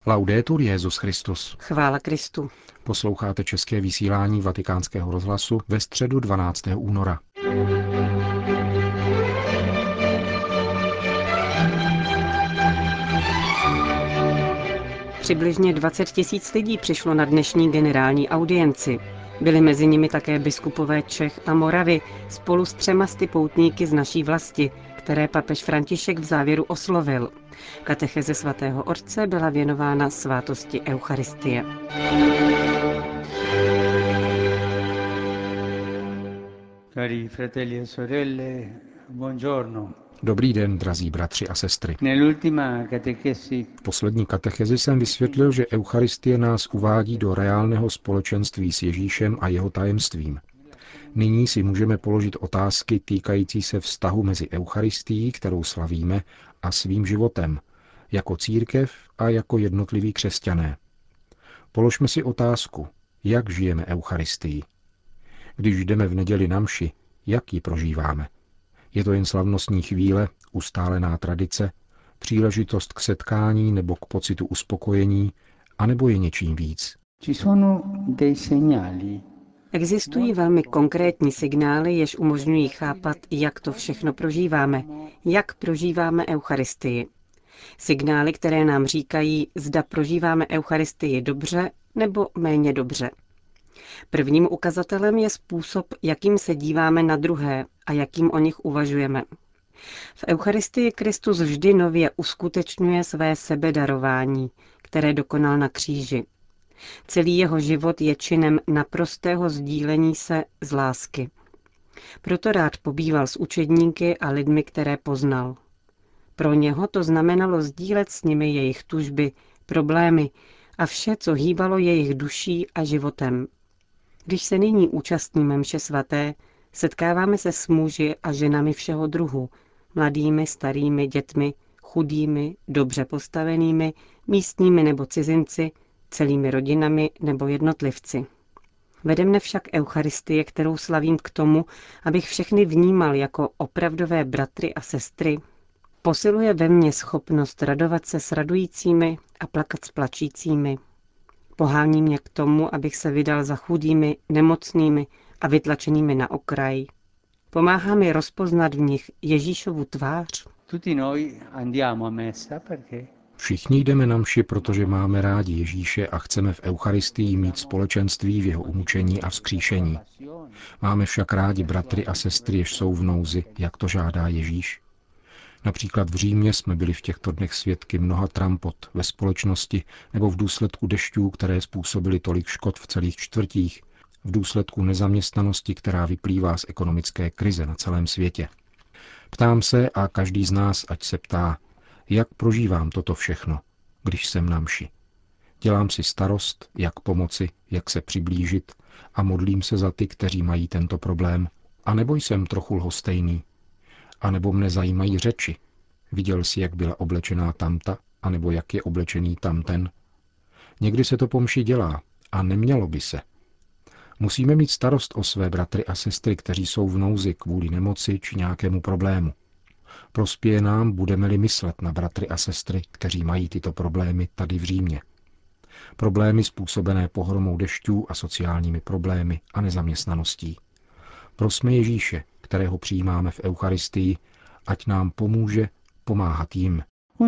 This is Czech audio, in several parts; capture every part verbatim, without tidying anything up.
Laudetur Jesus Christus. Chvála Kristu. Posloucháte české vysílání Vatikánského rozhlasu ve středu dvanáctého února. Přibližně dvacet tisíc lidí přišlo na dnešní generální audienci. Byli mezi nimi také biskupové Čech a Moravy spolu s třema sty poutníky z naší vlasti, které papež František v závěru oslovil. Katecheze svatého otce byla věnována svátosti Eucharistie. Cari fratelli e sorelle, buongiorno. Dobrý den, drazí bratři a sestry. Nell'ultima catechesi V poslední katechezi jsem vysvětlil, že Eucharistie nás uvádí do reálného společenství s Ježíšem a jeho tajemstvím. Nyní si můžeme položit otázky týkající se vztahu mezi Eucharistií, kterou slavíme, a svým životem, jako církev a jako jednotliví křesťané. Položme si otázku, jak žijeme Eucharistii. Když jdeme v neděli na mši, jak ji prožíváme? Je to jen slavnostní chvíle, ustálená tradice, příležitost k setkání nebo k pocitu uspokojení, anebo je něčím víc? ci sono dei segnali. Existují velmi konkrétní signály, jež umožňují chápat, jak to všechno prožíváme, jak prožíváme Eucharistii. Signály, které nám říkají, zda prožíváme Eucharistii dobře nebo méně dobře. Prvním ukazatelem je způsob, jakým se díváme na druhé a jakým o nich uvažujeme. V Eucharistii Kristus vždy nově uskutečňuje své sebedarování, které dokonal na kříži. Celý jeho život je činem naprostého sdílení se z lásky. Proto rád pobýval s učedníky a lidmi, které poznal. Pro něho to znamenalo sdílet s nimi jejich tužby, problémy a vše, co hýbalo jejich duší a životem. Když se nyní účastníme mše svaté, setkáváme se s muži a ženami všeho druhu, mladými, starými, dětmi, chudými, dobře postavenými, místními nebo cizinci, celými rodinami nebo jednotlivci. Vede mne však Eucharistie, kterou slavím, k tomu, abych všechny vnímal jako opravdové bratry a sestry. Posiluje ve mně schopnost radovat se s radujícími a plakat s plačícími. Pohání mě k tomu, abych se vydal za chudými, nemocnými a vytlačenými na okraj. Pomáhá mi rozpoznat v nich Ježíšovu tvář. Tutti noi andiamo a messa perché Všichni jdeme na mši, protože máme rádi Ježíše a chceme v Eucharistii mít společenství v jeho umučení a vzkříšení. Máme však rádi bratry a sestry, jež jsou v nouzi, jak to žádá Ježíš. Například v Římě jsme byli v těchto dnech svědky mnoha trampot ve společnosti nebo v důsledku dešťů, které způsobily tolik škod v celých čtvrtích, v důsledku nezaměstnanosti, která vyplývá z ekonomické krize na celém světě. Ptám se a každý z nás, ať se ptá, jak prožívám toto všechno, když jsem na mši. Dělám si starost, jak pomoci, jak se přiblížit a modlím se za ty, kteří mají tento problém, anebo jsem trochu lhostejný. A nebo mne zajímají řeči. Viděl jsi, jak byla oblečená tamta, anebo jak je oblečený tamten. Někdy se to po mši dělá a nemělo by se. Musíme mít starost o své bratry a sestry, kteří jsou v nouzi kvůli nemoci či nějakému problému. Prospěje nám, budeme-li myslet na bratry a sestry, kteří mají tyto problémy tady v Římě. Problémy způsobené pohromou dešťů a sociálními problémy a nezaměstnaností. Prosme Ježíše, kterého přijímáme v Eucharistii, ať nám pomůže pomáhat jim.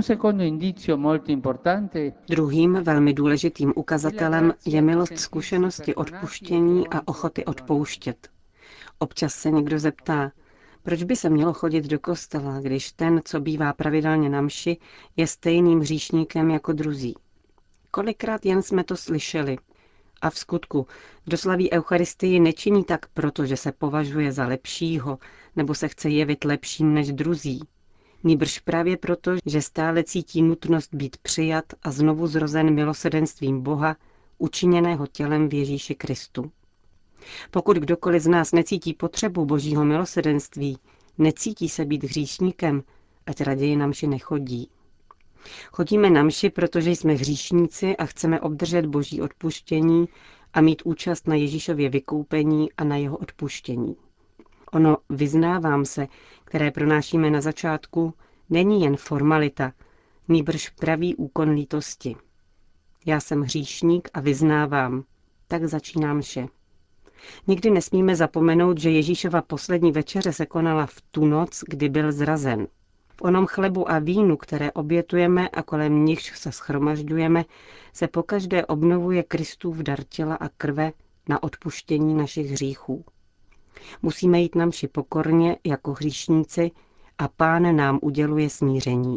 Druhým velmi důležitým ukazatelem je milost zkušenosti odpuštění a ochoty odpouštět. Občas se někdo zeptá, proč by se mělo chodit do kostela, když ten, co bývá pravidelně na mši, je stejným hříšníkem jako druzí. Kolikrát jen jsme to slyšeli. A v skutku, kdo slaví Eucharistii, nečiní tak proto, že se považuje za lepšího, nebo se chce jevit lepším než druzí. Nýbrž právě proto, že stále cítí nutnost být přijat a znovu zrozen milosrdenstvím Boha, učiněného tělem v Ježíši Kristu. Pokud kdokoliv z nás necítí potřebu Božího milosrdenství, necítí se být hříšníkem, ať raději na mši nechodí. Chodíme na mši, protože jsme hříšníci a chceme obdržet Boží odpuštění a mít účast na Ježíšově vykoupení a na jeho odpuštění. Ono vyznávám se, které pronášíme na začátku, není jen formalita, nýbrž pravý úkon lítosti. Já jsem hříšník a vyznávám. Tak začíná mše. Nikdy nesmíme zapomenout, že Ježíšova poslední večeře se konala v tu noc, kdy byl zrazen. V onom chlebu a vínu, které obětujeme a kolem nichž se shromažďujeme, se pokaždé obnovuje Kristův dar těla a krve na odpuštění našich hříchů. Musíme jít na mši pokorně jako hříšníci a Pán nám uděluje smíření.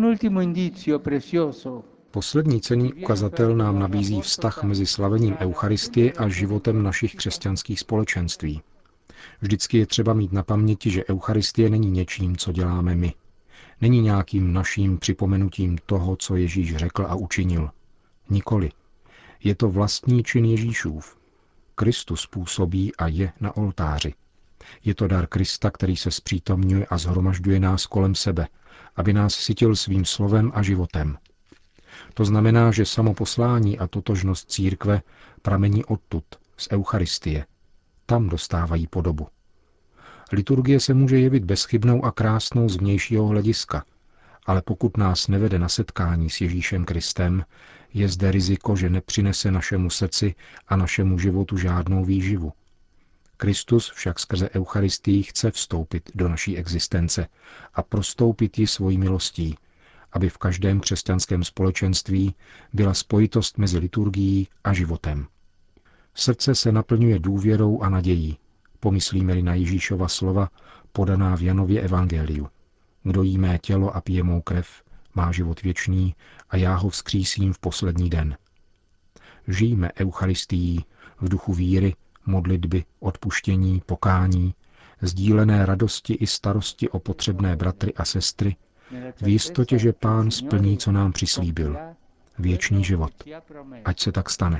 Poslední cenný ukazatel nám nabízí vztah mezi slavením Eucharistie a životem našich křesťanských společenství. Vždycky je třeba mít na paměti, že Eucharistie není něčím, co děláme my. Není nějakým naším připomenutím toho, co Ježíš řekl a učinil. Nikoli. Je to vlastní čin Ježíšův. Kristus působí a je na oltáři. Je to dar Krista, který se zpřítomňuje a shromažďuje nás kolem sebe, aby nás sytil svým slovem a životem. To znamená, že samo poslání a totožnost církve pramení odtud, z Eucharistie. Tam dostávají podobu. Liturgie se může jevit bezchybnou a krásnou z vnějšího hlediska, ale pokud nás nevede na setkání s Ježíšem Kristem, je zde riziko, že nepřinese našemu srdci a našemu životu žádnou výživu. Kristus však skrze Eucharistii chce vstoupit do naší existence a prostoupit ji svojí milostí, aby v každém křesťanském společenství byla spojitost mezi liturgií a životem. Srdce se naplňuje důvěrou a nadějí, pomyslíme-li na Ježíšova slova podaná v Janově evangeliu. Kdo jí mé tělo a pije mou krev, má život věčný a já ho vzkřísím v poslední den. Žijme Eucharistií v duchu víry, modlitby, odpuštění, pokání, sdílené radosti i starosti o potřebné bratry a sestry, v jistotě, že Pán splní, co nám přislíbil. Věčný život. Ať se tak stane.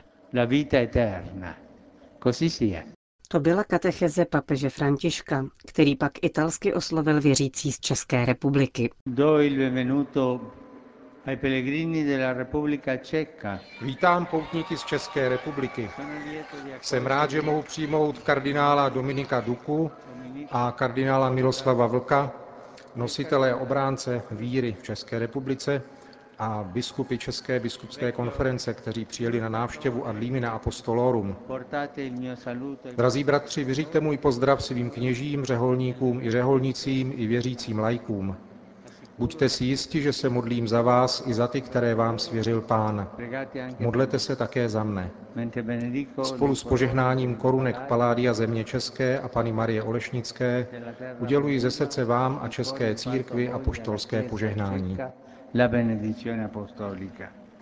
To byla katecheze papeže Františka, který pak italsky oslovil věřící z České republiky. Vítám poutníky z České republiky. Jsem rád, že mohu přijmout kardinála Dominika Duku a kardinála Miloslava Vlka, nositele a obránce víry v České republice, a biskupy České biskupské konference, kteří přijeli na návštěvu ad limina apostolorum. Drazí bratři, vyřiďte můj pozdrav svým kněžím, řeholníkům i řeholnicím i věřícím laikům. Buďte si jisti, že se modlím za vás i za ty, které vám svěřil Pán. Modlete se také za mne. Spolu s požehnáním korunek Paládia země české a Panny Marie Olešnické uděluji ze srdce vám a české církvi apoštolské požehnání. La benedizione apostolica.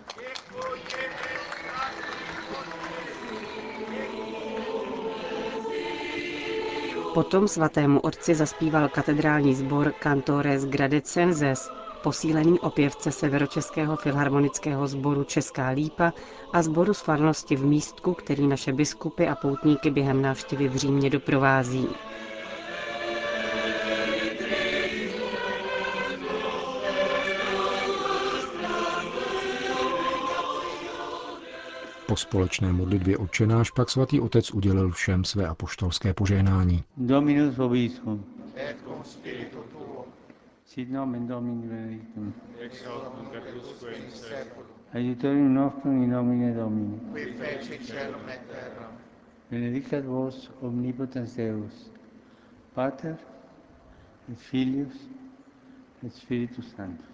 Potom svatému otci zaspíval katedrální sbor Cantores Gradecenses, posílený o pěvce Severočeského filharmonického sboru Česká Lípa a sboru z farnosti v Místku, který naše biskupy a poutníky během návštěvy v Římě doprovází. Po společné modlitbě Otčenáš pak svatý otec udělil všem své apoštolské požehnání. Dominus vobiscum. Et cum spiritu tuo. Sit nomen Domini benedictum. Ex hoc nunc et usque in seculum. Aiutorium nostrum in nomine Domini. Qui feci caelum et terram. Benedicat vos omnipotens Deus, Pater et Filius et Spiritus Sanctus.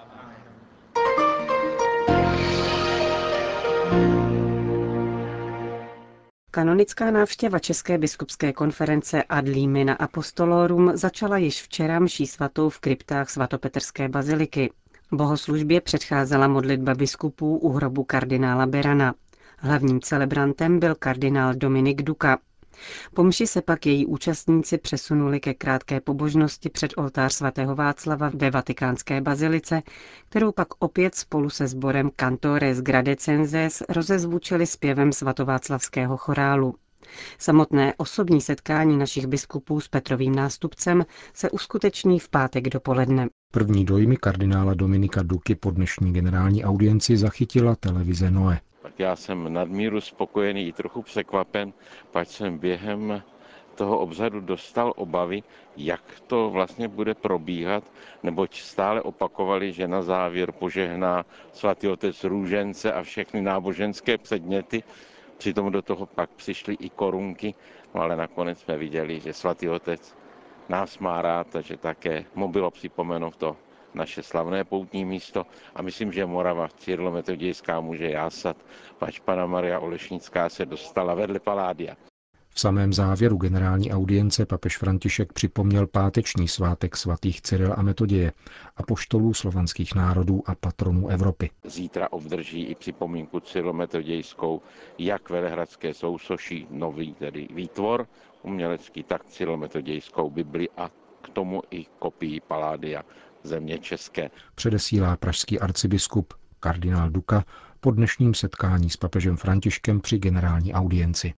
Kanonická návštěva České biskupské konference ad limina apostolorum začala již včera mší svatou v kryptách svatopetrské baziliky. Bohoslužbě předcházela modlitba biskupů u hrobu kardinála Berana. Hlavním celebrantem byl kardinál Dominik Duka. Po mši se pak její účastníci přesunuli ke krátké pobožnosti před oltář svatého Václava ve vatikánské bazilice, kterou pak opět spolu se sborem Cantores Gradecenses rozezvučili zpěvem svatováclavského chorálu. Samotné osobní setkání našich biskupů s Petrovým nástupcem se uskuteční v pátek dopoledne. První dojmy kardinála Dominika Duky po dnešní generální audienci zachytila televize Noe. Já jsem nadmíru spokojený i trochu překvapen, pač jsem během toho obřadu dostal obavy, jak to vlastně bude probíhat, neboť stále opakovali, že na závěr požehná svatý otec růžence a všechny náboženské předměty. Přitom do toho pak přišly i korunky, no ale nakonec jsme viděli, že svatý otec nás má rád, takže také mu bylo připomeno to naše slavné poutní místo a myslím, že Morava Cyrilo-metodějská může jásat, pač Panna Maria Olešnická se dostala vedle Paládia. V samém závěru generální audience papež František připomněl páteční svátek svatých Cyrila a Metoděje, apoštolů slovanských národů a patronů Evropy. Zítra obdrží i připomínku Cyrilo-metodějskou, jak velehradské sousoší, nový tedy výtvor umělecký, tak Cyrilo-metodějskou Bibli a k tomu i kopii Paládia země české. Předesílá pražský arcibiskup kardinál Duka po dnešním setkání s papežem Františkem při generální audienci.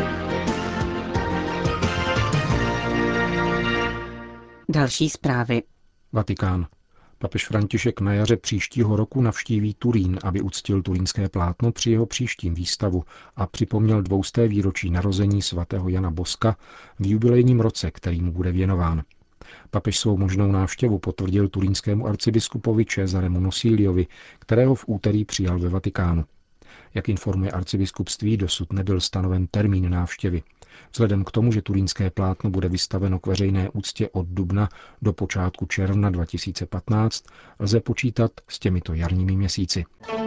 Další zprávy. Vatikán. Papež František na jaře příštího roku navštíví Turín, aby uctil turínské plátno při jeho příštím výstavu a připomněl dvousté výročí narození svatého Jana Boska v jubilejním roce, který mu bude věnován. Papež svou možnou návštěvu potvrdil turínskému arcibiskupovi Cesaremu Nosiliovi, kterého v úterý přijal ve Vatikánu. Jak informuje arcibiskupství, dosud nebyl stanoven termín návštěvy. Vzhledem k tomu, že turínské plátno bude vystaveno k veřejné úctě od dubna do počátku června dva tisíce patnáct, lze počítat s těmito jarními měsíci.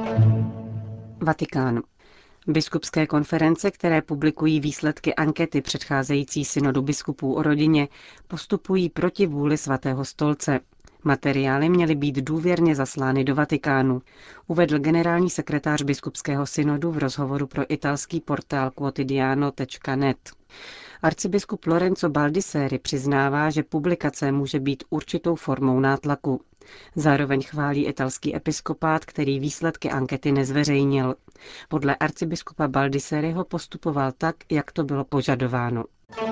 Vatikán. Biskupské konference, které publikují výsledky ankety předcházející synodu biskupů o rodině, postupují proti vůli svatého stolce. Materiály měly být důvěrně zaslány do Vatikánu, uvedl generální sekretář biskupského synodu v rozhovoru pro italský portál quotidiano tečka net. Arcibiskup Lorenzo Baldisseri přiznává, že publikace může být určitou formou nátlaku. Zároveň chválí italský episkopát, který výsledky ankety nezveřejnil. Podle arcibiskupa Baldisseriho postupoval tak, jak to bylo požadováno.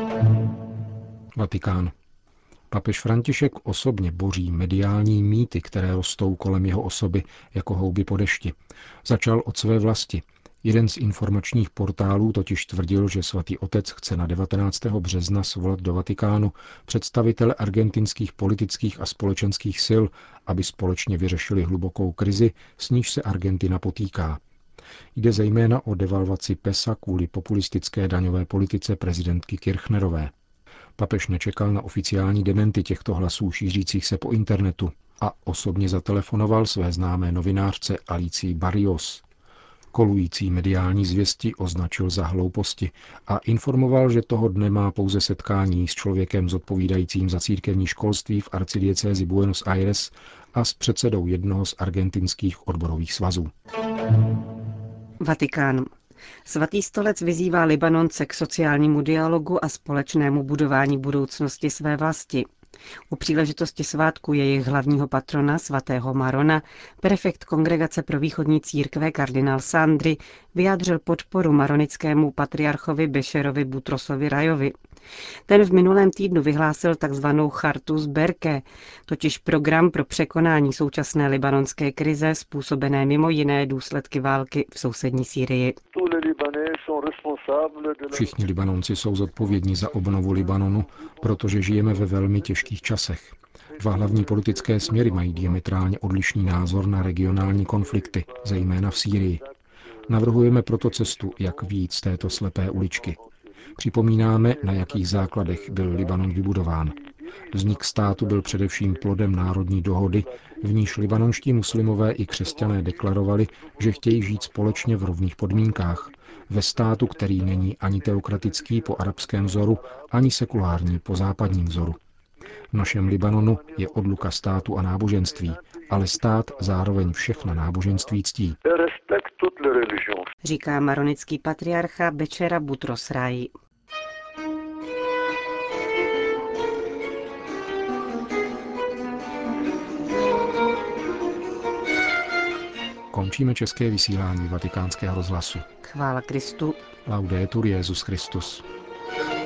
Vatikán. Papež František osobně boří mediální mýty, které rostou kolem jeho osoby jako houby po dešti. Začal od své vlasti. Jeden z informačních portálů totiž tvrdil, že svatý otec chce na devatenáctého března svolat do Vatikánu představitele argentinských politických a společenských sil, aby společně vyřešili hlubokou krizi, s níž se Argentina potýká. Jde zejména o devalvaci pesa kvůli populistické daňové politice prezidentky Kirchnerové. Papež nečekal na oficiální dementy těchto hlasů šířících se po internetu a osobně zatelefonoval své známé novinářce Alicii Barrios. Kolující mediální zvěsti označil za hlouposti a informoval, že toho dne má pouze setkání s člověkem zodpovídajícím za církevní školství v arcidiecézi Buenos Aires a s předsedou jednoho z argentinských odborových svazů. Vatikán. Svatý stolec vyzývá Libanonce k sociálnímu dialogu a společnému budování budoucnosti své vlasti. U příležitosti svátku jejich hlavního patrona svatého Marona prefekt Kongregace pro východní církve kardinál Sandri vyjádřil podporu maronickému patriarchovi Bešerovi Butrosovi Rajovi. Ten v minulém týdnu vyhlásil takzvanou Chartu z Berke, totiž program pro překonání současné libanonské krize způsobené mimo jiné důsledky války v sousední Sýrii. Všichni Libanonci jsou zodpovědní za obnovu Libanonu, protože žijeme ve velmi těžkých časech. Dva hlavní politické směry mají diametrálně odlišný názor na regionální konflikty, zejména v Sýrii. Navrhujeme proto cestu, jak vyjít z této slepé uličky. Připomínáme, na jakých základech byl Libanon vybudován. Vznik státu byl především plodem národní dohody, v níž libanonští muslimové i křesťané deklarovali, že chtějí žít společně v rovných podmínkách, ve státu, který není ani teokratický po arabském vzoru, ani sekulární po západním vzoru. V našem Libanonu je odluka státu a náboženství, ale stát zároveň všechna náboženství ctí. Říká maronický patriarcha Bečera Butros Rai. Končíme české vysílání Vatikánského rozhlasu. Chvála Kristu. Laudetur Jesus Christus.